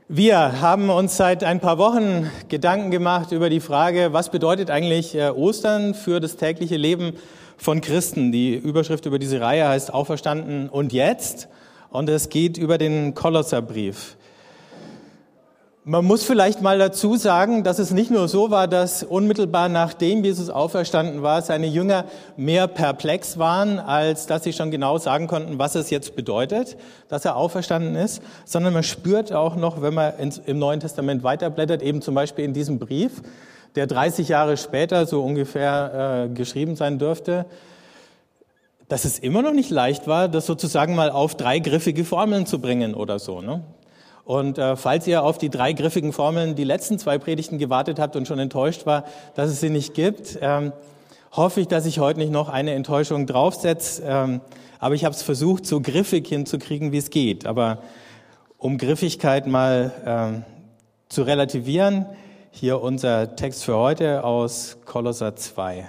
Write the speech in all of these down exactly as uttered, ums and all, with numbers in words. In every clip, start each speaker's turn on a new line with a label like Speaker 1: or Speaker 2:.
Speaker 1: Wir haben uns seit ein paar Wochen Gedanken gemacht über die Frage, was bedeutet eigentlich Ostern für das tägliche Leben von Christen. Die Überschrift über diese Reihe heißt Auferstanden und jetzt, und es geht über den Kolosserbrief. Man muss vielleicht mal dazu sagen, dass es nicht nur so war, dass unmittelbar nachdem Jesus auferstanden war, seine Jünger mehr perplex waren, als dass sie schon genau sagen konnten, was es jetzt bedeutet, dass er auferstanden ist, sondern man spürt auch noch, wenn man ins, im Neuen Testament weiterblättert, eben zum Beispiel in diesem Brief, der dreißig Jahre später so ungefähr äh, geschrieben sein dürfte, dass es immer noch nicht leicht war, das sozusagen mal auf drei griffige Formeln zu bringen oder so, ne? Und äh, falls ihr auf die drei griffigen Formeln die letzten zwei Predigten gewartet habt und schon enttäuscht war, dass es sie nicht gibt, ähm, hoffe ich, dass ich heute nicht noch eine Enttäuschung draufsetze. Ähm, aber ich habe es versucht, so griffig hinzukriegen, wie es geht. Aber um Griffigkeit mal ähm, zu relativieren, hier unser Text für heute aus Kolosser zwei.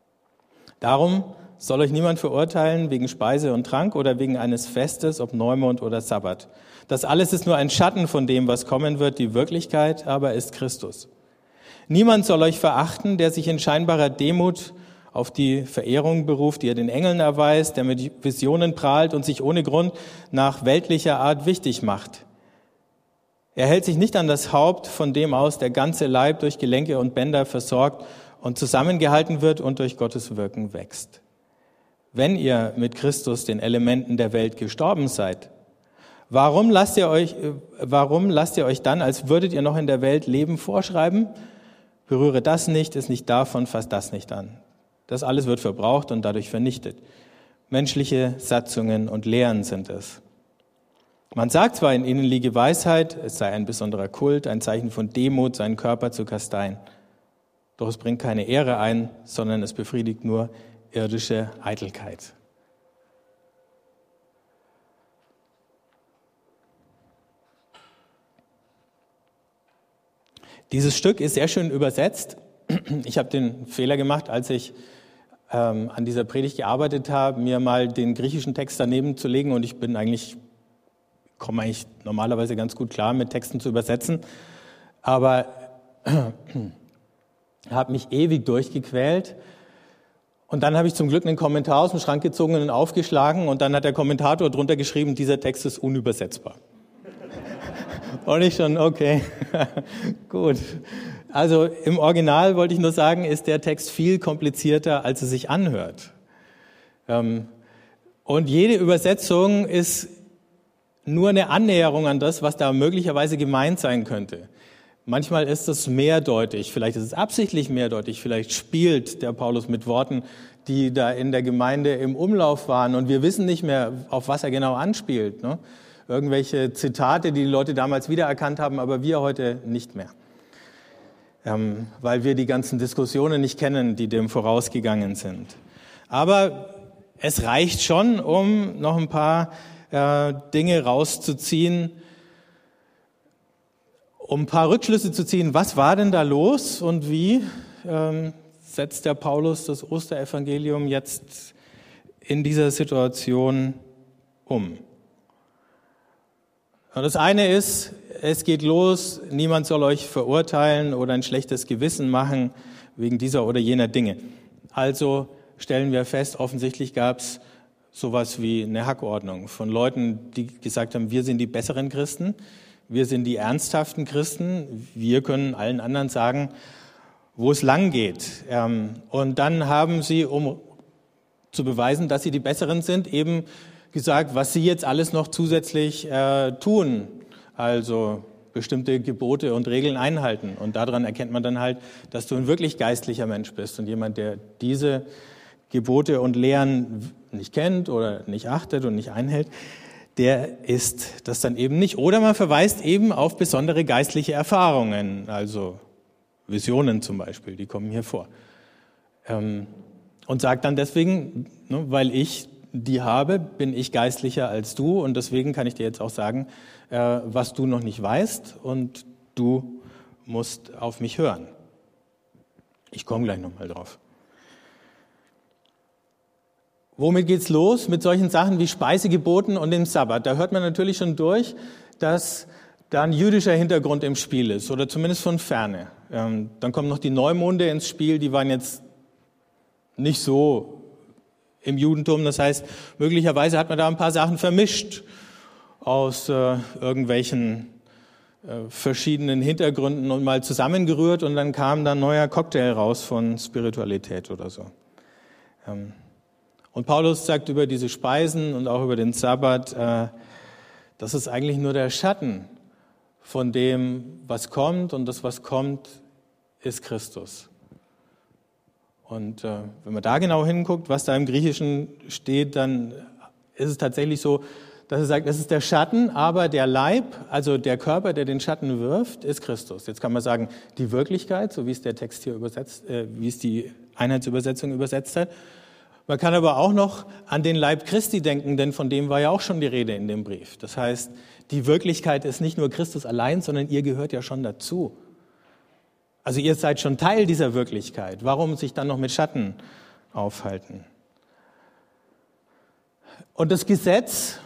Speaker 1: Darum soll euch niemand verurteilen wegen Speise und Trank oder wegen eines Festes, ob Neumond oder Sabbat. Das alles ist nur ein Schatten von dem, was kommen wird. Die Wirklichkeit aber ist Christus. Niemand soll euch verachten, der sich in scheinbarer Demut auf die Verehrung beruft, die er den Engeln erweist, der mit Visionen prahlt und sich ohne Grund nach weltlicher Art wichtig macht. Er hält sich nicht an das Haupt, von dem aus der ganze Leib durch Gelenke und Bänder versorgt und zusammengehalten wird und durch Gottes Wirken wächst. Wenn ihr mit Christus den Elementen der Welt gestorben seid, Warum lasst ihr euch, warum lasst ihr euch dann, als würdet ihr noch in der Welt leben, vorschreiben? Berühre das nicht, ist nicht davon, fasst das nicht an. Das alles wird verbraucht und dadurch vernichtet. Menschliche Satzungen und Lehren sind es. Man sagt zwar, in ihnen liege Weisheit, es sei ein besonderer Kult, ein Zeichen von Demut, seinen Körper zu kasteien. Doch es bringt keine Ehre ein, sondern es befriedigt nur irdische Eitelkeit. Dieses Stück ist sehr schön übersetzt. Ich habe den Fehler gemacht, als ich ähm, an dieser Predigt gearbeitet habe, mir mal den griechischen Text daneben zu legen. Und ich bin eigentlich, komme eigentlich normalerweise ganz gut klar, mit Texten zu übersetzen. Aber äh, habe mich ewig durchgequält. Und dann habe ich zum Glück einen Kommentar aus dem Schrank gezogen und ihn aufgeschlagen. Und dann hat der Kommentator drunter geschrieben, dieser Text ist unübersetzbar. Und ich schon, okay, gut. Also im Original, wollte ich nur sagen, ist der Text viel komplizierter, als es sich anhört. Und jede Übersetzung ist nur eine Annäherung an das, was da möglicherweise gemeint sein könnte. Manchmal ist es mehrdeutig, vielleicht ist es absichtlich mehrdeutig, vielleicht spielt der Paulus mit Worten, die da in der Gemeinde im Umlauf waren und wir wissen nicht mehr, auf was er genau anspielt, ne? Irgendwelche Zitate, die die Leute damals wiedererkannt haben, aber wir heute nicht mehr. Ähm, weil wir die ganzen Diskussionen nicht kennen, die dem vorausgegangen sind. Aber es reicht schon, um noch ein paar äh, Dinge rauszuziehen, um ein paar Rückschlüsse zu ziehen. Was war denn da los und wie ähm, setzt der Paulus das Osterevangelium jetzt in dieser Situation um? Das eine ist, es geht los, niemand soll euch verurteilen oder ein schlechtes Gewissen machen wegen dieser oder jener Dinge. Also stellen wir fest, offensichtlich gab es sowas wie eine Hackordnung von Leuten, die gesagt haben, wir sind die besseren Christen, wir sind die ernsthaften Christen, wir können allen anderen sagen, wo es lang geht. Und dann haben sie, um zu beweisen, dass sie die Besseren sind, eben gesagt, was sie jetzt alles noch zusätzlich äh, tun, also bestimmte Gebote und Regeln einhalten. Und daran erkennt man dann halt, dass du ein wirklich geistlicher Mensch bist und jemand, der diese Gebote und Lehren nicht kennt oder nicht achtet und nicht einhält, der ist das dann eben nicht. Oder man verweist eben auf besondere geistliche Erfahrungen, also Visionen zum Beispiel, die kommen hier vor. Ähm, und sagt dann deswegen, ne, weil ich die habe, bin ich geistlicher als du und deswegen kann ich dir jetzt auch sagen, äh, was du noch nicht weißt und du musst auf mich hören. Ich komme gleich nochmal drauf. Womit geht's los? Mit solchen Sachen wie Speisegeboten und dem Sabbat. Da hört man natürlich schon durch, dass da ein jüdischer Hintergrund im Spiel ist, oder zumindest von Ferne. Ähm, dann kommen noch die Neumonde ins Spiel, die waren jetzt nicht so im Judentum. Das heißt, möglicherweise hat man da ein paar Sachen vermischt aus äh, irgendwelchen äh, verschiedenen Hintergründen und mal zusammengerührt und dann kam dann ein neuer Cocktail raus von Spiritualität oder so. Ähm, und Paulus sagt über diese Speisen und auch über den Sabbat, äh, das ist eigentlich nur der Schatten von dem, was kommt, und das, was kommt, ist Christus. Und äh, wenn man da genau hinguckt, was da im Griechischen steht, dann ist es tatsächlich so, dass er sagt, es ist der Schatten, aber der Leib, also der Körper, der den Schatten wirft, ist Christus. Jetzt kann man sagen, die Wirklichkeit, so wie es der Text hier übersetzt, äh, wie es die Einheitsübersetzung übersetzt hat. Man kann aber auch noch an den Leib Christi denken, denn von dem war ja auch schon die Rede in dem Brief. Das heißt, die Wirklichkeit ist nicht nur Christus allein, sondern ihr gehört ja schon dazu. Also ihr seid schon Teil dieser Wirklichkeit. Warum sich dann noch mit Schatten aufhalten? Und das Gesetz,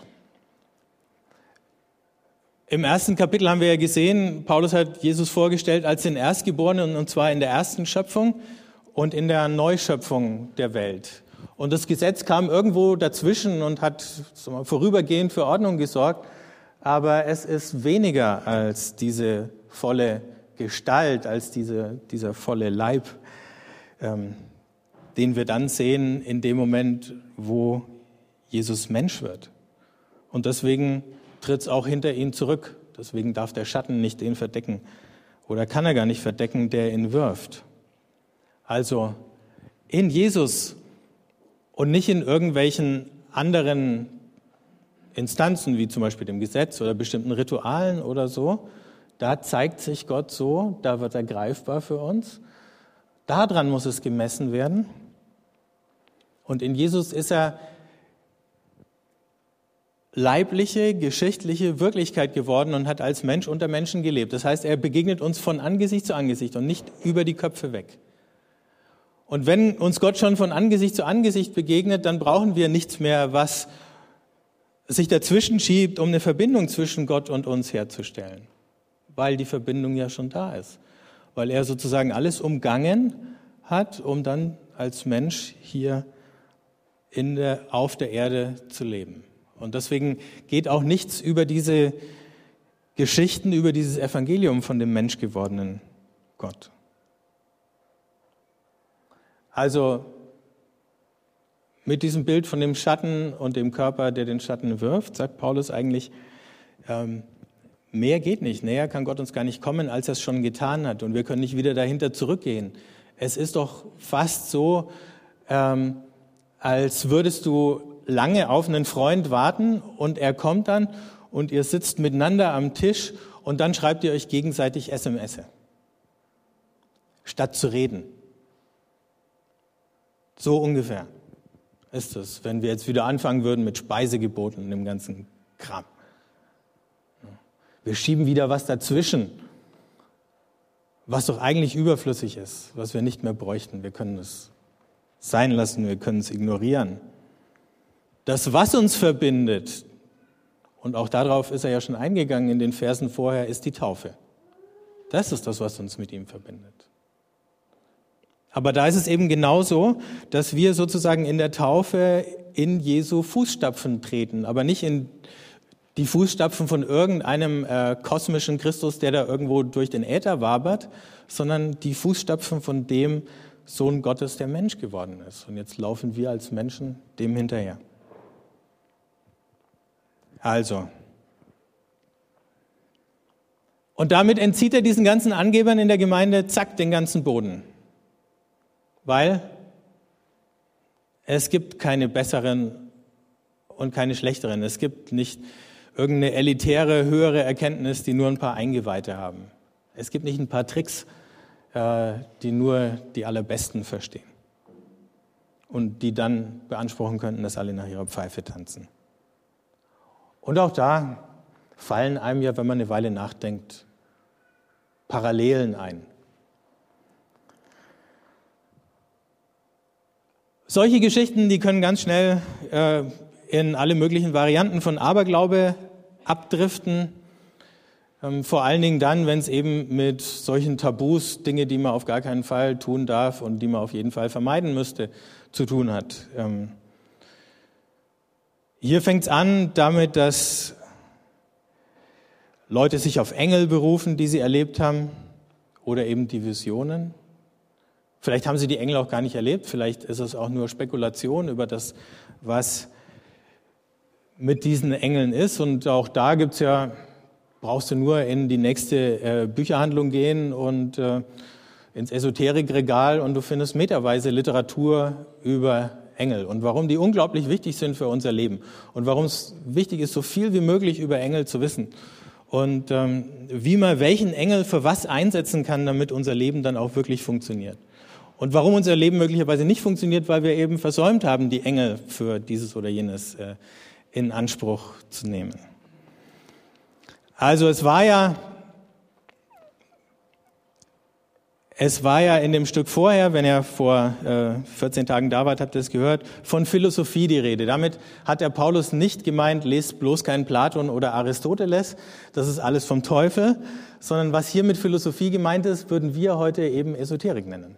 Speaker 1: im ersten Kapitel haben wir ja gesehen, Paulus hat Jesus vorgestellt als den Erstgeborenen, und zwar in der ersten Schöpfung und in der Neuschöpfung der Welt. Und das Gesetz kam irgendwo dazwischen und hat so mal vorübergehend für Ordnung gesorgt, aber es ist weniger als diese volle Gestalt, als diese, dieser volle Leib, ähm, den wir dann sehen in dem Moment, wo Jesus Mensch wird. Und deswegen tritt es auch hinter ihn zurück. Deswegen darf der Schatten nicht den verdecken oder kann er gar nicht verdecken, der ihn wirft. Also in Jesus und nicht in irgendwelchen anderen Instanzen, wie zum Beispiel dem Gesetz oder bestimmten Ritualen oder so, da zeigt sich Gott so, da wird er greifbar für uns. Daran muss es gemessen werden. Und in Jesus ist er leibliche, geschichtliche Wirklichkeit geworden und hat als Mensch unter Menschen gelebt. Das heißt, er begegnet uns von Angesicht zu Angesicht und nicht über die Köpfe weg. Und wenn uns Gott schon von Angesicht zu Angesicht begegnet, dann brauchen wir nichts mehr, was sich dazwischen schiebt, um eine Verbindung zwischen Gott und uns herzustellen. Weil die Verbindung ja schon da ist. Weil er sozusagen alles umgangen hat, um dann als Mensch hier in der, auf der Erde zu leben. Und deswegen geht auch nichts über diese Geschichten, über dieses Evangelium von dem menschgewordenen Gott. Also mit diesem Bild von dem Schatten und dem Körper, der den Schatten wirft, sagt Paulus eigentlich, ähm, mehr geht nicht, näher kann Gott uns gar nicht kommen, als er es schon getan hat. Und wir können nicht wieder dahinter zurückgehen. Es ist doch fast so, ähm, als würdest du lange auf einen Freund warten und er kommt dann und ihr sitzt miteinander am Tisch und dann schreibt ihr euch gegenseitig S M S, statt zu reden. So ungefähr ist es, wenn wir jetzt wieder anfangen würden mit Speisegeboten und dem ganzen Kram. Wir schieben wieder was dazwischen, was doch eigentlich überflüssig ist, was wir nicht mehr bräuchten. Wir können es sein lassen, wir können es ignorieren. Das, was uns verbindet, und auch darauf ist er ja schon eingegangen in den Versen vorher, ist die Taufe. Das ist das, was uns mit ihm verbindet. Aber da ist es eben genauso, dass wir sozusagen in der Taufe in Jesu Fußstapfen treten, aber nicht in die Fußstapfen von irgendeinem äh, kosmischen Christus, der da irgendwo durch den Äther wabert, sondern die Fußstapfen von dem Sohn Gottes, der Mensch geworden ist. Und jetzt laufen wir als Menschen dem hinterher. Also. Und damit entzieht er diesen ganzen Angebern in der Gemeinde, zack, den ganzen Boden. Weil es gibt keine besseren und keine schlechteren. Es gibt nicht irgendeine elitäre, höhere Erkenntnis, die nur ein paar Eingeweihte haben. Es gibt nicht ein paar Tricks, äh, die nur die Allerbesten verstehen und die dann beanspruchen könnten, dass alle nach ihrer Pfeife tanzen. Und auch da fallen einem ja, wenn man eine Weile nachdenkt, Parallelen ein. Solche Geschichten, die können ganz schnell äh, in alle möglichen Varianten von Aberglaube abdriften. Ähm, vor allen Dingen dann, wenn es eben mit solchen Tabus, Dinge, die man auf gar keinen Fall tun darf und die man auf jeden Fall vermeiden müsste, zu tun hat. Ähm, hier fängt es an damit, dass Leute sich auf Engel berufen, die sie erlebt haben, oder eben die Visionen. Vielleicht haben sie die Engel auch gar nicht erlebt, vielleicht ist es auch nur Spekulation über das, was mit diesen Engeln ist. Und auch da gibt's ja, brauchst du nur in die nächste äh, Bücherhandlung gehen und äh, ins Esoterikregal und du findest meterweise Literatur über Engel und warum die unglaublich wichtig sind für unser Leben und warum es wichtig ist, so viel wie möglich über Engel zu wissen. Und ähm, wie man welchen Engel für was einsetzen kann, damit unser Leben dann auch wirklich funktioniert. Und warum unser Leben möglicherweise nicht funktioniert, weil wir eben versäumt haben, die Engel für dieses oder jenes äh, in Anspruch zu nehmen. Also es war ja, es war ja in dem Stück vorher, wenn ihr vor äh, vierzehn Tagen da wart, habt ihr es gehört, von Philosophie die Rede. Damit hat der Paulus nicht gemeint, lest bloß keinen Platon oder Aristoteles, das ist alles vom Teufel, sondern was hier mit Philosophie gemeint ist, würden wir heute eben Esoterik nennen.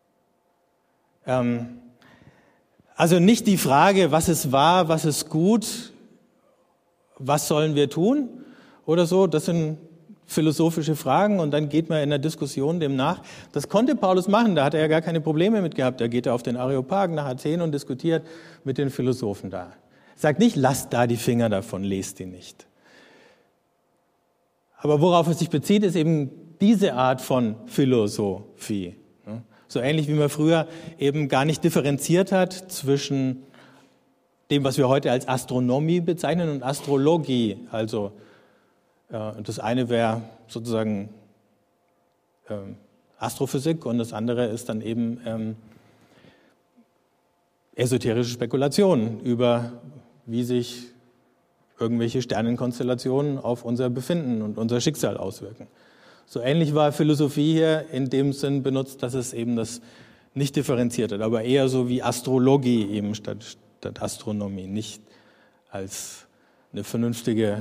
Speaker 1: Ähm, also nicht die Frage, was ist wahr, was ist gut, was sollen wir tun oder so, das sind philosophische Fragen und dann geht man in der Diskussion dem nach. Das konnte Paulus machen, da hat er ja gar keine Probleme mit gehabt. Da geht er auf den Areopag nach Athen und diskutiert mit den Philosophen da. Sagt nicht, lasst da die Finger davon, lest die nicht. Aber worauf es sich bezieht, ist eben diese Art von Philosophie. So ähnlich wie man früher eben gar nicht differenziert hat zwischen dem, was wir heute als Astronomie bezeichnen und Astrologie, also und das eine wäre sozusagen ähm, Astrophysik und das andere ist dann eben ähm, esoterische Spekulationen über, wie sich irgendwelche Sternenkonstellationen auf unser Befinden und unser Schicksal auswirken. So ähnlich war Philosophie hier in dem Sinn benutzt, dass es eben das nicht differenziert hat, aber eher so wie Astrologie eben statt, statt Astronomie, nicht als eine vernünftige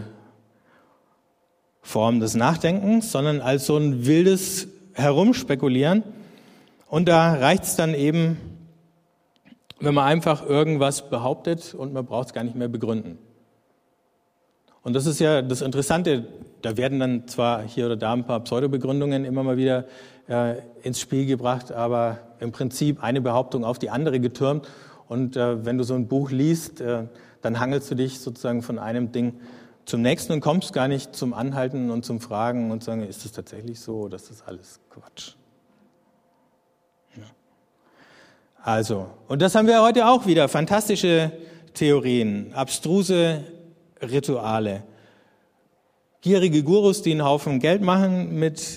Speaker 1: Form des Nachdenkens, sondern als so ein wildes Herumspekulieren. Und da reicht es dann eben, wenn man einfach irgendwas behauptet und man braucht es gar nicht mehr begründen. Und das ist ja das Interessante, da werden dann zwar hier oder da ein paar Pseudobegründungen immer mal wieder äh, ins Spiel gebracht, aber im Prinzip eine Behauptung auf die andere getürmt. Und äh, wenn du so ein Buch liest, äh, dann hangelst du dich sozusagen von einem Ding zum nächsten und kommst gar nicht zum Anhalten und zum Fragen und sagen, ist das tatsächlich so oder ist das alles Quatsch? Ja. Also, und das haben wir heute auch wieder, fantastische Theorien, abstruse Rituale, gierige Gurus, die einen Haufen Geld machen mit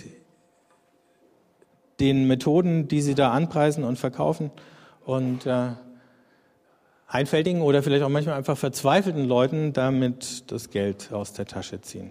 Speaker 1: den Methoden, die sie da anpreisen und verkaufen und äh, einfältigen oder vielleicht auch manchmal einfach verzweifelten Leuten damit das Geld aus der Tasche ziehen.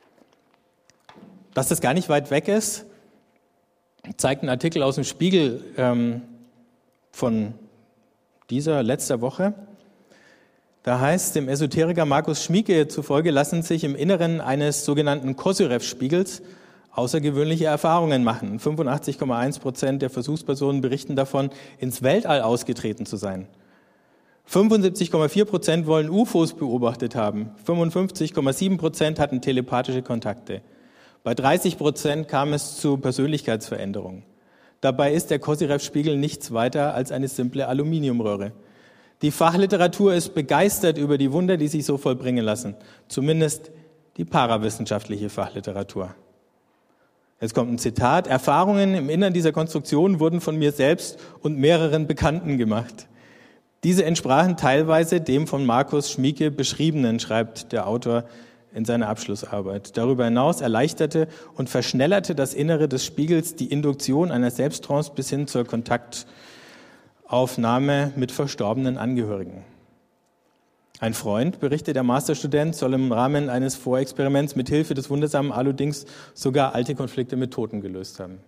Speaker 1: Dass das gar nicht weit weg ist, zeigt ein Artikel aus dem Spiegel ähm, von dieser letzter Woche. Da heißt, dem Esoteriker Markus Schmieke zufolge lassen sich im Inneren eines sogenannten Kosyrev-Spiegels außergewöhnliche Erfahrungen machen. fünfundachtzig Komma eins Prozent der Versuchspersonen berichten davon, ins Weltall ausgetreten zu sein. fünfundsiebzig Komma vier Prozent wollen U F Os beobachtet haben. fünfundfünfzig Komma sieben Prozent hatten telepathische Kontakte. Bei dreißig Prozent kam es zu Persönlichkeitsveränderungen. Dabei ist der Kosyrev-Spiegel nichts weiter als eine simple Aluminiumröhre. Die Fachliteratur ist begeistert über die Wunder, die sich so vollbringen lassen. Zumindest die parawissenschaftliche Fachliteratur. Jetzt kommt ein Zitat. Erfahrungen im Innern dieser Konstruktion wurden von mir selbst und mehreren Bekannten gemacht. Diese entsprachen teilweise dem von Markus Schmieke beschriebenen, schreibt der Autor in seiner Abschlussarbeit. Darüber hinaus erleichterte und verschnellerte das Innere des Spiegels die Induktion einer Selbsttrance bis hin zur Kontaktaufnahme mit verstorbenen Angehörigen. Ein Freund, berichtet der Masterstudent, soll im Rahmen eines Vorexperiments mit Hilfe des wundersamen Aludings sogar alte Konflikte mit Toten gelöst haben.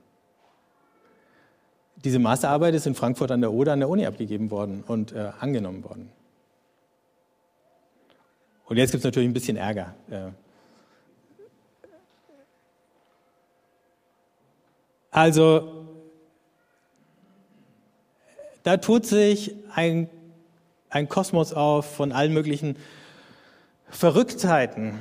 Speaker 1: Diese Masterarbeit ist in Frankfurt an der Oder an der Uni abgegeben worden und äh, angenommen worden. Und jetzt gibt es natürlich ein bisschen Ärger. Äh, Also, da tut sich ein, ein Kosmos auf von allen möglichen Verrücktheiten.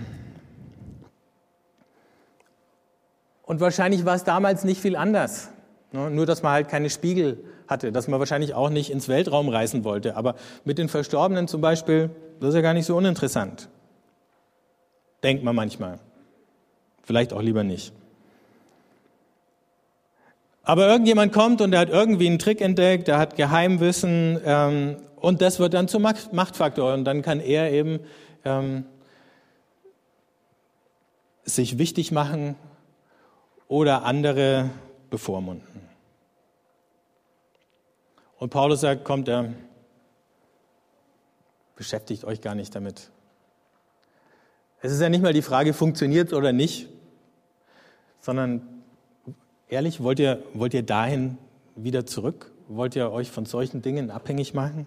Speaker 1: Und wahrscheinlich war es damals nicht viel anders. Nur, dass man halt keine Spiegel hatte, dass man wahrscheinlich auch nicht ins Weltraum reisen wollte. Aber mit den Verstorbenen zum Beispiel, das ist ja gar nicht so uninteressant. Denkt man manchmal. Vielleicht auch lieber nicht. Aber irgendjemand kommt und der hat irgendwie einen Trick entdeckt, der hat Geheimwissen ähm, und das wird dann zum Machtfaktor. Und dann kann er eben ähm, sich wichtig machen oder andere bevormunden. Und Paulus sagt, kommt, er beschäftigt euch gar nicht damit. Es ist ja nicht mal die Frage, funktioniert es oder nicht, sondern ehrlich, wollt ihr, wollt ihr dahin wieder zurück? Wollt ihr euch von solchen Dingen abhängig machen?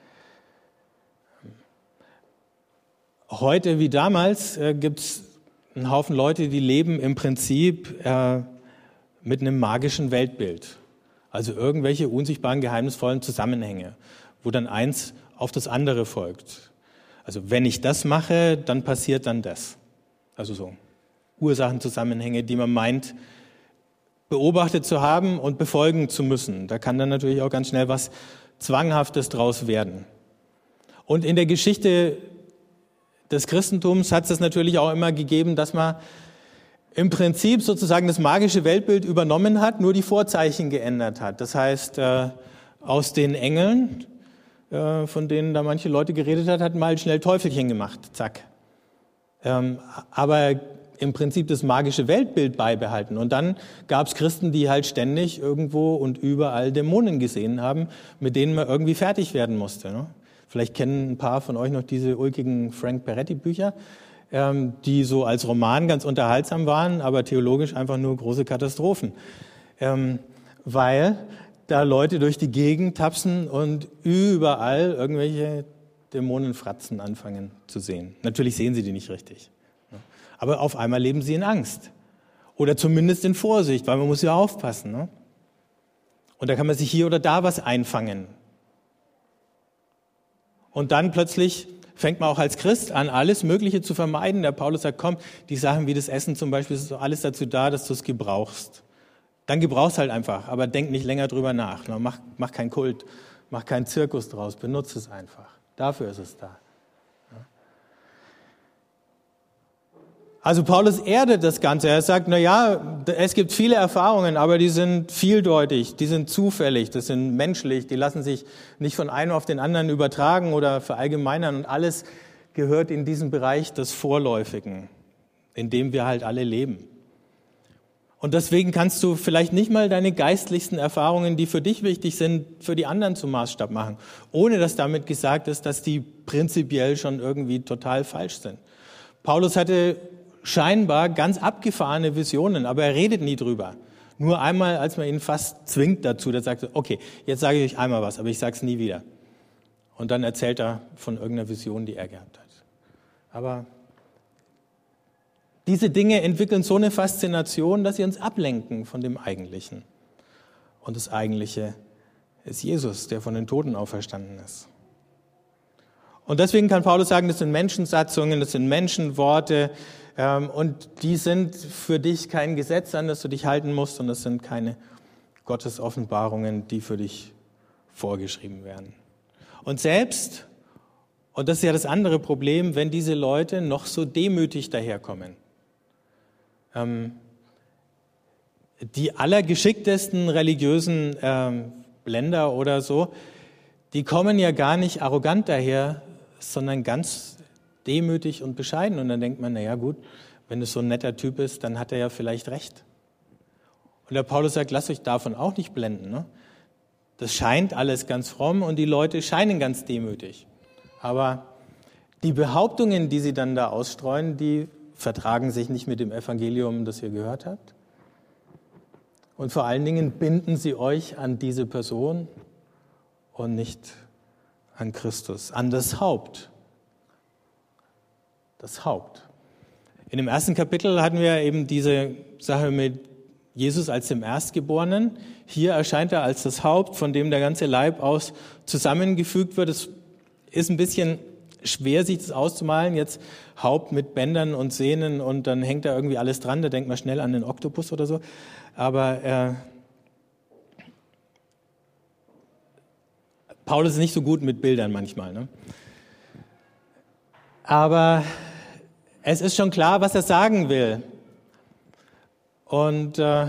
Speaker 1: Heute wie damals äh, gibt es einen Haufen Leute, die leben im Prinzip äh, mit einem magischen Weltbild. Also irgendwelche unsichtbaren, geheimnisvollen Zusammenhänge, wo dann eins auf das andere folgt. Also wenn ich das mache, dann passiert dann das. Also so Ursachenzusammenhänge, die man meint, beobachtet zu haben und befolgen zu müssen. Da kann dann natürlich auch ganz schnell was Zwanghaftes draus werden. Und in der Geschichte des Christentums hat es das natürlich auch immer gegeben, dass man im Prinzip sozusagen das magische Weltbild übernommen hat, nur die Vorzeichen geändert hat. Das heißt, äh, aus den Engeln, äh, von denen da manche Leute geredet hat, hat mal schnell Teufelchen gemacht, zack. Ähm, aber im Prinzip das magische Weltbild beibehalten. Und dann gab es Christen, die halt ständig irgendwo und überall Dämonen gesehen haben, mit denen man irgendwie fertig werden musste. Ne? Vielleicht kennen ein paar von euch noch diese ulkigen Frank Peretti-Bücher, ähm, die so als Roman ganz unterhaltsam waren, aber theologisch einfach nur große Katastrophen. Ähm, weil da Leute durch die Gegend tapsen und überall irgendwelche Dämonenfratzen anfangen zu sehen. Natürlich sehen sie die nicht richtig. Aber auf einmal leben sie in Angst. Oder zumindest in Vorsicht, weil man muss ja aufpassen. Ne? Und da kann man sich hier oder da was einfangen. Und dann plötzlich fängt man auch als Christ an, alles Mögliche zu vermeiden. Der Paulus sagt, komm, die Sachen wie das Essen zum Beispiel, das ist alles dazu da, dass du es gebrauchst. Dann gebrauchst halt einfach, aber denk nicht länger drüber nach. Mach, mach keinen Kult, mach keinen Zirkus draus, benutze es einfach. Dafür ist es da. Also Paulus erdet das Ganze. Er sagt, na ja, es gibt viele Erfahrungen, aber die sind vieldeutig, die sind zufällig, das sind menschlich, die lassen sich nicht von einem auf den anderen übertragen oder verallgemeinern. Und alles gehört in diesen Bereich des Vorläufigen, in dem wir halt alle leben. Und deswegen kannst du vielleicht nicht mal deine geistlichsten Erfahrungen, die für dich wichtig sind, für die anderen zum Maßstab machen, ohne dass damit gesagt ist, dass die prinzipiell schon irgendwie total falsch sind. Paulus hatte scheinbar ganz abgefahrene Visionen, aber er redet nie drüber. Nur einmal, als man ihn fast zwingt dazu, der sagte, okay, jetzt sage ich euch einmal was, aber ich sage es nie wieder. Und dann erzählt er von irgendeiner Vision, die er gehabt hat. Aber diese Dinge entwickeln so eine Faszination, dass sie uns ablenken von dem Eigentlichen. Und das Eigentliche ist Jesus, der von den Toten auferstanden ist. Und deswegen kann Paulus sagen, das sind Menschensatzungen, das sind Menschenworte, ähm, und die sind für dich kein Gesetz, an das du dich halten musst, und das sind keine Gottesoffenbarungen, die für dich vorgeschrieben werden. Und selbst, und das ist ja das andere Problem, wenn diese Leute noch so demütig daherkommen, ähm, die allergeschicktesten religiösen ähm, Blender oder so, die kommen ja gar nicht arrogant daher, sondern ganz demütig und bescheiden. Und dann denkt man, naja gut, wenn es so ein netter Typ ist, dann hat er ja vielleicht recht. Und der Paulus sagt, lasst euch davon auch nicht blenden. Ne? Das scheint alles ganz fromm und die Leute scheinen ganz demütig. Aber die Behauptungen, die sie dann da ausstreuen, die vertragen sich nicht mit dem Evangelium, das ihr gehört habt. Und vor allen Dingen binden sie euch an diese Person und nicht an Christus, an das Haupt. Das Haupt. In dem ersten Kapitel hatten wir eben diese Sache mit Jesus als dem Erstgeborenen. Hier erscheint er als das Haupt, von dem der ganze Leib aus zusammengefügt wird. Es ist ein bisschen schwer, sich das auszumalen. Jetzt Haupt mit Bändern und Sehnen und dann hängt da irgendwie alles dran. Da denkt man schnell an den Oktopus oder so. Aber äh, Paulus ist nicht so gut mit Bildern manchmal, ne? Aber es ist schon klar, was er sagen will. Und äh,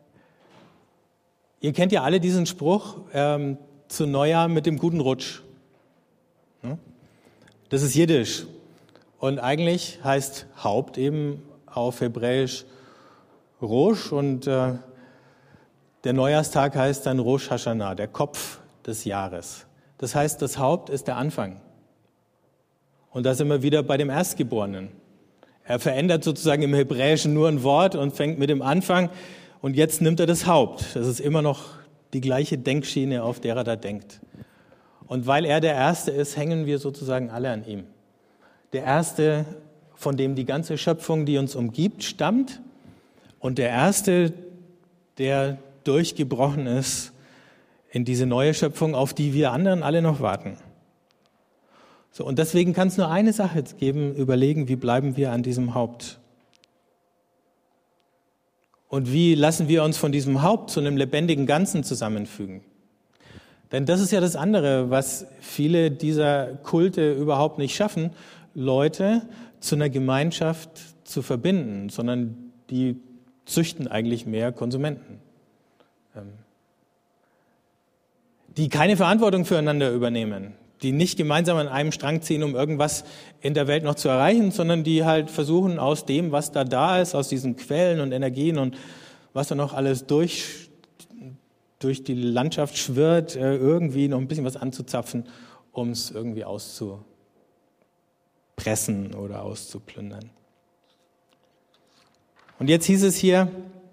Speaker 1: ihr kennt ja alle diesen Spruch ähm, zu Neujahr mit dem guten Rutsch. Ne? Das ist Jiddisch. Und eigentlich heißt Haupt eben auf Hebräisch Rosh. Und äh, der Neujahrstag heißt dann Rosh Hashanah, der Kopf des Jahres. Das heißt, das Haupt ist der Anfang. Und da sind wir wieder bei dem Erstgeborenen. Er verändert sozusagen im Hebräischen nur ein Wort und fängt mit dem Anfang. Und jetzt nimmt er das Haupt. Das ist immer noch die gleiche Denkschiene, auf der er da denkt. Und weil er der Erste ist, hängen wir sozusagen alle an ihm. Der Erste, von dem die ganze Schöpfung, die uns umgibt, stammt. Und der Erste, der durchgebrochen ist in diese neue Schöpfung, auf die wir anderen alle noch warten. So, und deswegen kann es nur eine Sache geben, überlegen, wie bleiben wir an diesem Haupt? Und wie lassen wir uns von diesem Haupt zu einem lebendigen Ganzen zusammenfügen? Denn das ist ja das andere, was viele dieser Kulte überhaupt nicht schaffen, Leute zu einer Gemeinschaft zu verbinden, sondern die züchten eigentlich mehr Konsumenten, die keine Verantwortung füreinander übernehmen, die nicht gemeinsam an einem Strang ziehen, um irgendwas in der Welt noch zu erreichen, sondern die halt versuchen, aus dem, was da da ist, aus diesen Quellen und Energien und was da noch alles durch, durch die Landschaft schwirrt, irgendwie noch ein bisschen was anzuzapfen, um es irgendwie auszupressen oder auszuplündern. Und jetzt hieß es hier,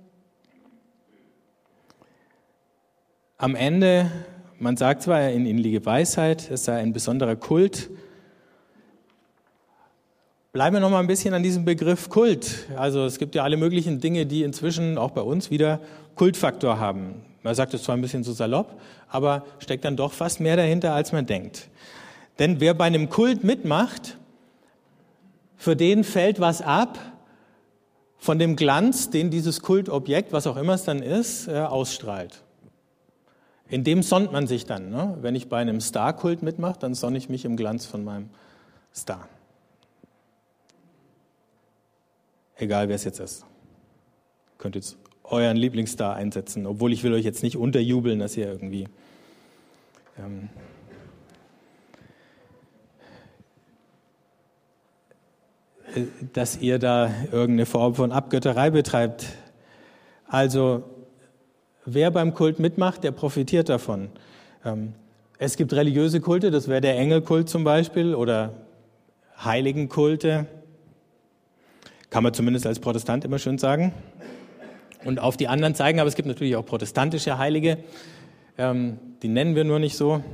Speaker 1: am Ende, man sagt zwar in ihnen liege Weisheit, es sei ein besonderer Kult. Bleiben wir noch mal ein bisschen an diesem Begriff Kult. Also es gibt ja alle möglichen Dinge, die inzwischen auch bei uns wieder Kultfaktor haben. Man sagt es zwar ein bisschen so salopp, aber steckt dann doch fast mehr dahinter, als man denkt. Denn wer bei einem Kult mitmacht, für den fällt was ab von dem Glanz, den dieses Kultobjekt, was auch immer es dann ist, ausstrahlt. In dem sonnt man sich dann. Ne? Wenn ich bei einem Star-Kult mitmache, dann sonne ich mich im Glanz von meinem Star. Egal, wer es jetzt ist. Ihr könnt jetzt euren Lieblingsstar einsetzen, obwohl ich will euch jetzt nicht unterjubeln, dass ihr irgendwie ähm, dass ihr da irgendeine Form von Abgötterei betreibt. Also wer beim Kult mitmacht, der profitiert davon. Es gibt religiöse Kulte, das wäre der Engelkult zum Beispiel, oder Heiligenkulte, kann man zumindest als Protestant immer schön sagen, und auf die anderen zeigen, aber es gibt natürlich auch protestantische Heilige, die nennen wir nur nicht so.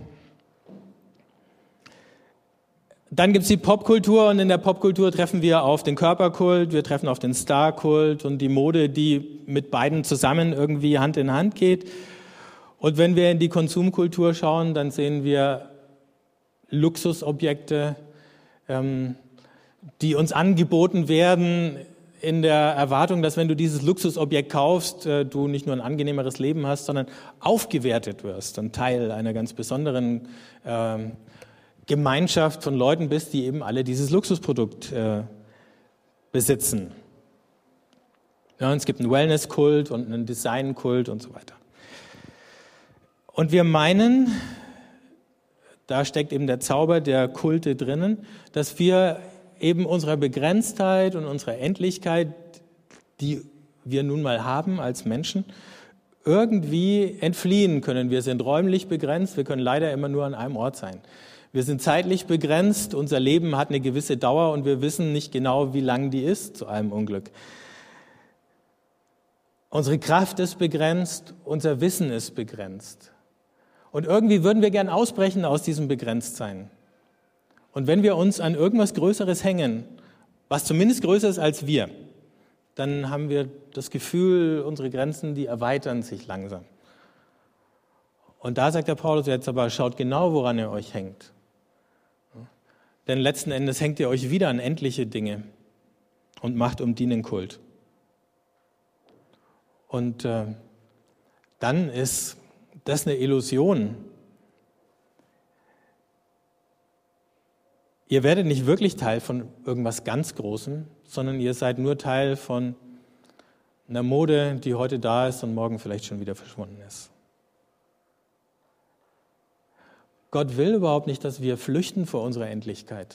Speaker 1: Dann gibt es die Popkultur und in der Popkultur treffen wir auf den Körperkult, wir treffen auf den Starkult und die Mode, die mit beiden zusammen irgendwie Hand in Hand geht. Und wenn wir in die Konsumkultur schauen, dann sehen wir Luxusobjekte, ähm, die uns angeboten werden in der Erwartung, dass wenn du dieses Luxusobjekt kaufst, äh, du nicht nur ein angenehmeres Leben hast, sondern aufgewertet wirst und Teil einer ganz besonderen ähm, Gemeinschaft von Leuten bist, die eben alle dieses Luxusprodukt äh, besitzen. Ja, und es gibt einen Wellnesskult und einen Designkult und so weiter. Und wir meinen, da steckt eben der Zauber der Kulte drinnen, dass wir eben unserer Begrenztheit und unserer Endlichkeit, die wir nun mal haben als Menschen, irgendwie entfliehen können. Wir sind räumlich begrenzt, wir können leider immer nur an einem Ort sein. Wir sind zeitlich begrenzt, unser Leben hat eine gewisse Dauer und wir wissen nicht genau, wie lang die ist zu einem Unglück. Unsere Kraft ist begrenzt, unser Wissen ist begrenzt. Und irgendwie würden wir gern ausbrechen aus diesem Begrenztsein. Und wenn wir uns an irgendwas Größeres hängen, was zumindest größer ist als wir, dann haben wir das Gefühl, unsere Grenzen, die erweitern sich langsam. Und da sagt der Paulus jetzt aber, schaut genau, woran ihr euch hängt. Denn letzten Endes hängt ihr euch wieder an endliche Dinge und macht um die einen Kult. Und äh, dann ist das eine Illusion. Ihr werdet nicht wirklich Teil von irgendwas ganz Großem, sondern ihr seid nur Teil von einer Mode, die heute da ist und morgen vielleicht schon wieder verschwunden ist. Gott will überhaupt nicht, dass wir flüchten vor unserer Endlichkeit.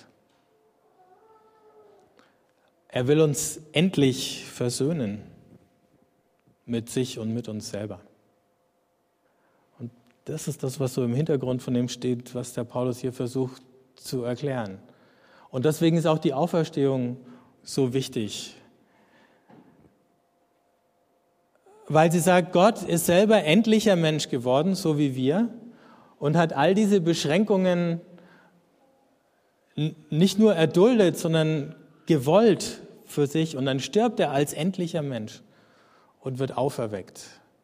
Speaker 1: Er will uns endlich versöhnen mit sich und mit uns selber. Und das ist das, was so im Hintergrund von dem steht, was der Paulus hier versucht zu erklären. Und deswegen ist auch die Auferstehung so wichtig. Weil sie sagt, Gott ist selber endlicher Mensch geworden, so wie wir, und hat all diese Beschränkungen nicht nur erduldet, sondern gewollt für sich. Und dann stirbt er als endlicher Mensch und wird auferweckt.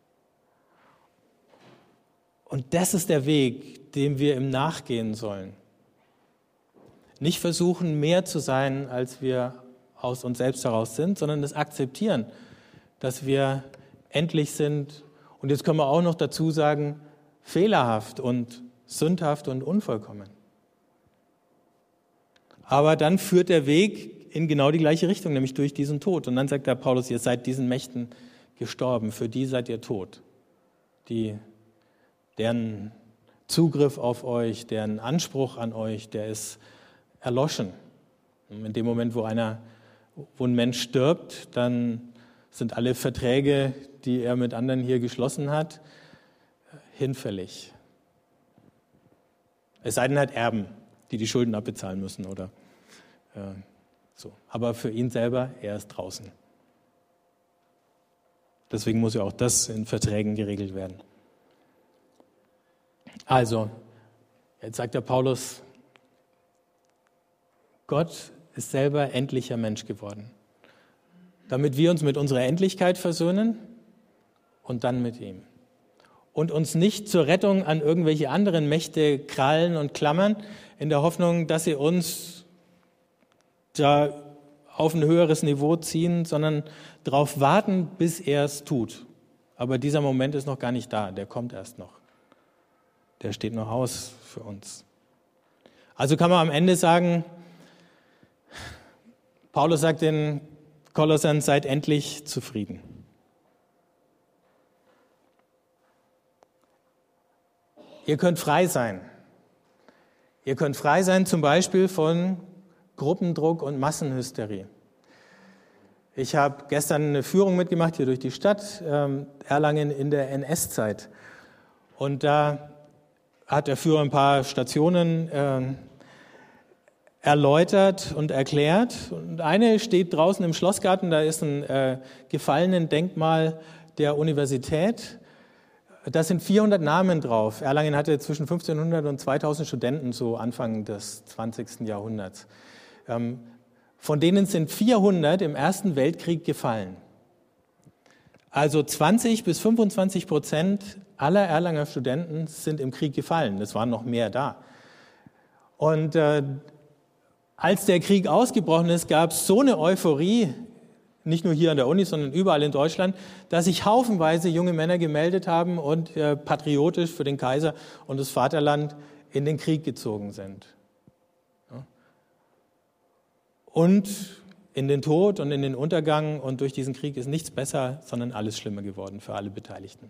Speaker 1: Und das ist der Weg, dem wir im Nachgehen sollen. Nicht versuchen, mehr zu sein, als wir aus uns selbst heraus sind, sondern das akzeptieren, dass wir endlich sind. Und jetzt können wir auch noch dazu sagen, fehlerhaft und sündhaft und unvollkommen. Aber dann führt der Weg in genau die gleiche Richtung, nämlich durch diesen Tod. Und dann sagt der Paulus, ihr seid diesen Mächten gestorben, für die seid ihr tot. Die, deren Zugriff auf euch, deren Anspruch an euch, der ist erloschen. Und in dem Moment, wo, einer, wo ein Mensch stirbt, dann sind alle Verträge, die er mit anderen hier geschlossen hat, hinfällig. Es sei denn, halt Erben, die die Schulden abbezahlen müssen oder äh, so. Aber für ihn selber, er ist draußen. Deswegen muss ja auch das in Verträgen geregelt werden. Also, jetzt sagt der Paulus, Gott ist selber endlicher Mensch geworden, damit wir uns mit unserer Endlichkeit versöhnen und dann mit ihm. Und uns nicht zur Rettung an irgendwelche anderen Mächte krallen und klammern, in der Hoffnung, dass sie uns da auf ein höheres Niveau ziehen, sondern darauf warten, bis er es tut. Aber dieser Moment ist noch gar nicht da, der kommt erst noch. Der steht noch aus für uns. Also kann man am Ende sagen, Paulus sagt den Kolossern, seid endlich zufrieden. Ihr könnt frei sein. Ihr könnt frei sein zum Beispiel von Gruppendruck und Massenhysterie. Ich habe gestern eine Führung mitgemacht hier durch die Stadt, ähm, Erlangen in der N S-Zeit. Und da hat der Führer ein paar Stationen äh, erläutert und erklärt. Und eine steht draußen im Schlossgarten, da ist ein äh, gefallenen Denkmal der Universität. Da sind vierhundert Namen drauf. Erlangen hatte zwischen fünfzehnhundert und zweitausend Studenten, so Anfang des zwanzigsten Jahrhunderts. Ähm, von denen sind vierhundert im Ersten Weltkrieg gefallen. Also zwanzig bis fünfundzwanzig Prozent aller Erlanger Studenten sind im Krieg gefallen. Es waren noch mehr da. Und äh, als der Krieg ausgebrochen ist, gab es so eine Euphorie, nicht nur hier an der Uni, sondern überall in Deutschland, dass sich haufenweise junge Männer gemeldet haben und äh, patriotisch für den Kaiser und das Vaterland in den Krieg gezogen sind. Ja. Und in den Tod und in den Untergang, und durch diesen Krieg ist nichts besser, sondern alles schlimmer geworden für alle Beteiligten.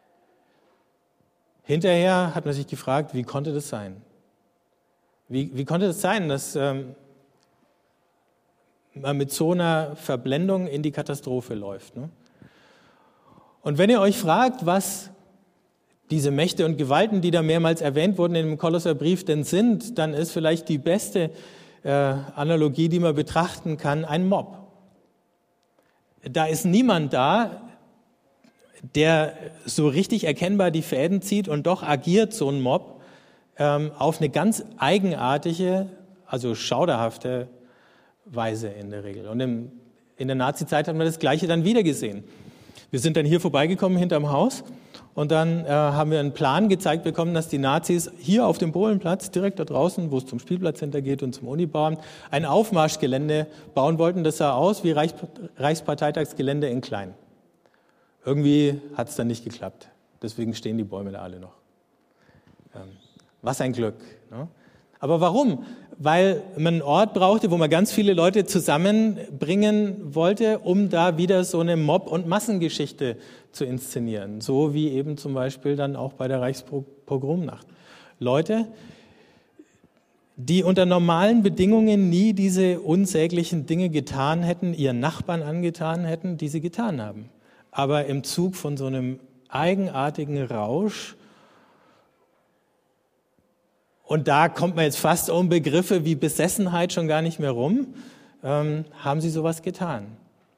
Speaker 1: Hinterher hat man sich gefragt, wie konnte das sein? Wie, wie konnte das sein, dass ähm, man mit so einer Verblendung in die Katastrophe läuft? Ne? Und wenn ihr euch fragt, was diese Mächte und Gewalten, die da mehrmals erwähnt wurden in dem Kolosserbrief, denn sind, dann ist vielleicht die beste äh, Analogie, die man betrachten kann, ein Mob. Da ist niemand da, der so richtig erkennbar die Fäden zieht, und doch agiert so ein Mob ähm, auf eine ganz eigenartige, also schauderhafte Weise in der Regel. Und im, in der Nazi-Zeit hat man das Gleiche dann wieder gesehen. Wir sind dann hier vorbeigekommen hinterm Haus und dann äh, haben wir einen Plan gezeigt bekommen, dass die Nazis hier auf dem Bohlenplatz, direkt da draußen, wo es zum Spielplatz hintergeht und zum Unibauamt, ein Aufmarschgelände bauen wollten. Das sah aus wie Reich, Reichsparteitagsgelände in klein. Irgendwie hat es dann nicht geklappt. Deswegen stehen die Bäume da alle noch. Ähm, was ein Glück. Ne? Aber warum? Weil man einen Ort brauchte, wo man ganz viele Leute zusammenbringen wollte, um da wieder so eine Mob- und Massengeschichte zu inszenieren. So wie eben zum Beispiel dann auch bei der Reichspogromnacht. Leute, die unter normalen Bedingungen nie diese unsäglichen Dinge getan hätten, ihren Nachbarn angetan hätten, die sie getan haben. Aber im Zug von so einem eigenartigen Rausch. Und da kommt man jetzt fast um Begriffe wie Besessenheit schon gar nicht mehr rum, ähm, haben sie sowas getan.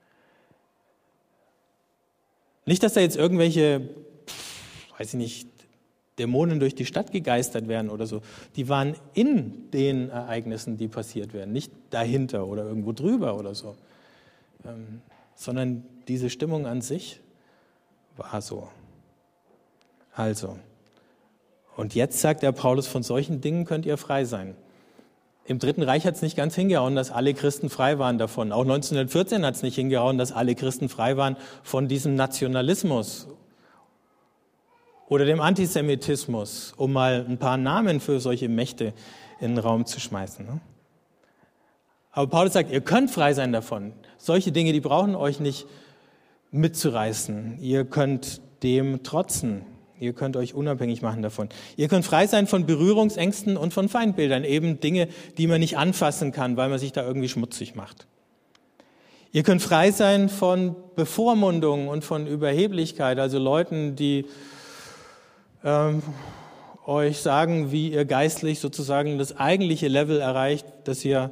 Speaker 1: Nicht, dass da jetzt irgendwelche, weiß ich nicht, Dämonen durch die Stadt gegeistert werden oder so. Die waren in den Ereignissen, die passiert werden, nicht dahinter oder irgendwo drüber oder so. Ähm, sondern diese Stimmung an sich war so. Also, und jetzt sagt der Paulus, von solchen Dingen könnt ihr frei sein. Im Dritten Reich hat es nicht ganz hingehauen, dass alle Christen frei waren davon. Auch neunzehnhundertvierzehn hat es nicht hingehauen, dass alle Christen frei waren von diesem Nationalismus oder dem Antisemitismus, um mal ein paar Namen für solche Mächte in den Raum zu schmeißen. Aber Paulus sagt, ihr könnt frei sein davon. Solche Dinge, die brauchen euch nicht mitzureißen. Ihr könnt dem trotzen. Ihr könnt euch unabhängig machen davon. Ihr könnt frei sein von Berührungsängsten und von Feindbildern, eben Dinge, die man nicht anfassen kann, weil man sich da irgendwie schmutzig macht. Ihr könnt frei sein von Bevormundung und von Überheblichkeit, also Leuten, die ähm, euch sagen, wie ihr geistlich sozusagen das eigentliche Level erreicht, das ihr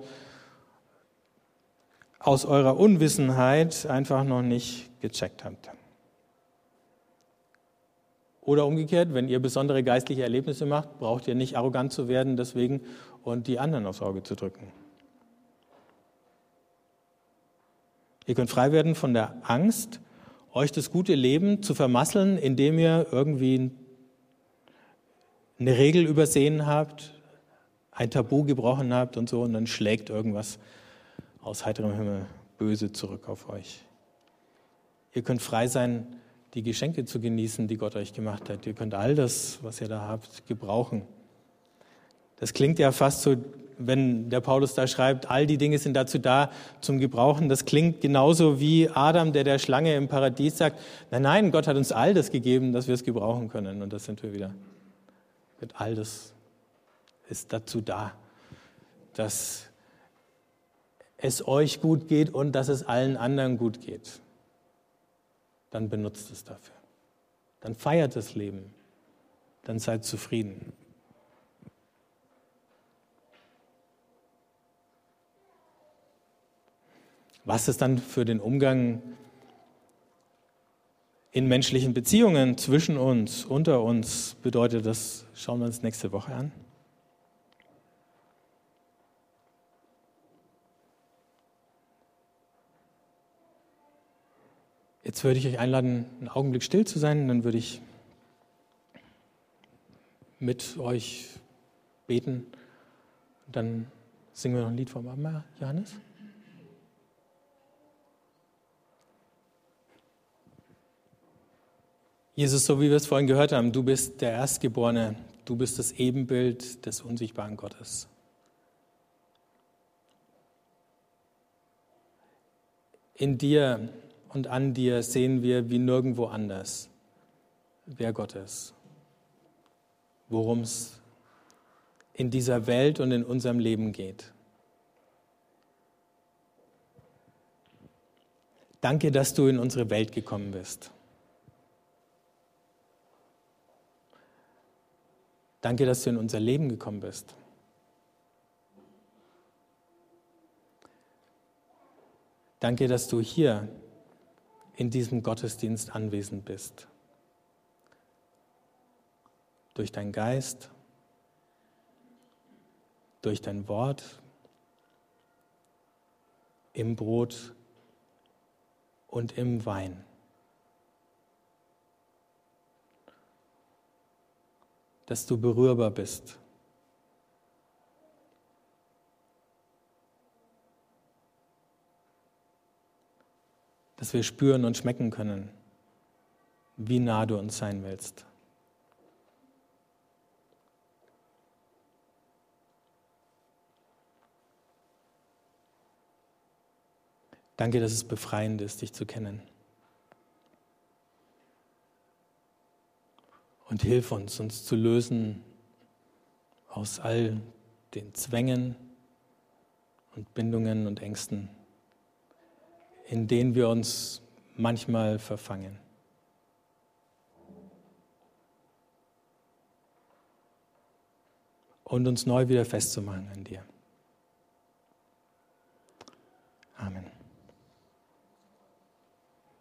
Speaker 1: aus eurer Unwissenheit einfach noch nicht gecheckt habt. Oder umgekehrt, wenn ihr besondere geistliche Erlebnisse macht, braucht ihr nicht arrogant zu werden deswegen und die anderen aufs Auge zu drücken. Ihr könnt frei werden von der Angst, euch das gute Leben zu vermasseln, indem ihr irgendwie eine Regel übersehen habt, ein Tabu gebrochen habt und so, und dann schlägt irgendwas aus heiterem Himmel böse zurück auf euch. Ihr könnt frei sein, die Geschenke zu genießen, die Gott euch gemacht hat. Ihr könnt all das, was ihr da habt, gebrauchen. Das klingt ja fast so, wenn der Paulus da schreibt, all die Dinge sind dazu da, zum Gebrauchen. Das klingt genauso wie Adam, der der Schlange im Paradies sagt, nein, nein, Gott hat uns all das gegeben, dass wir es gebrauchen können. Und das sind wir wieder. All das ist dazu da, dass es euch gut geht und dass es allen anderen gut geht. Dann benutzt es dafür. Dann feiert das Leben. Dann seid zufrieden. Was es dann für den Umgang in menschlichen Beziehungen zwischen uns, unter uns bedeutet, das schauen wir uns nächste Woche an. Jetzt würde ich euch einladen, einen Augenblick still zu sein, dann würde ich mit euch beten. Dann singen wir noch ein Lied vom Abendmahl, Johannes. Jesus, so wie wir es vorhin gehört haben, du bist der Erstgeborene, du bist das Ebenbild des unsichtbaren Gottes. In dir und an dir sehen wir wie nirgendwo anders, wer Gott ist, worum es in dieser Welt und in unserem Leben geht. Danke, dass du in unsere Welt gekommen bist. Danke, dass du in unser Leben gekommen bist. Danke, dass du hier in diesem Gottesdienst anwesend bist. Durch deinen Geist, durch dein Wort, im Brot und im Wein. Dass du berührbar bist. Dass wir spüren und schmecken können, wie nah du uns sein willst. Danke, dass es befreiend ist, dich zu kennen. Und hilf uns, uns zu lösen aus all den Zwängen und Bindungen und Ängsten, in denen wir uns manchmal verfangen. Und uns neu wieder festzumachen an dir. Amen.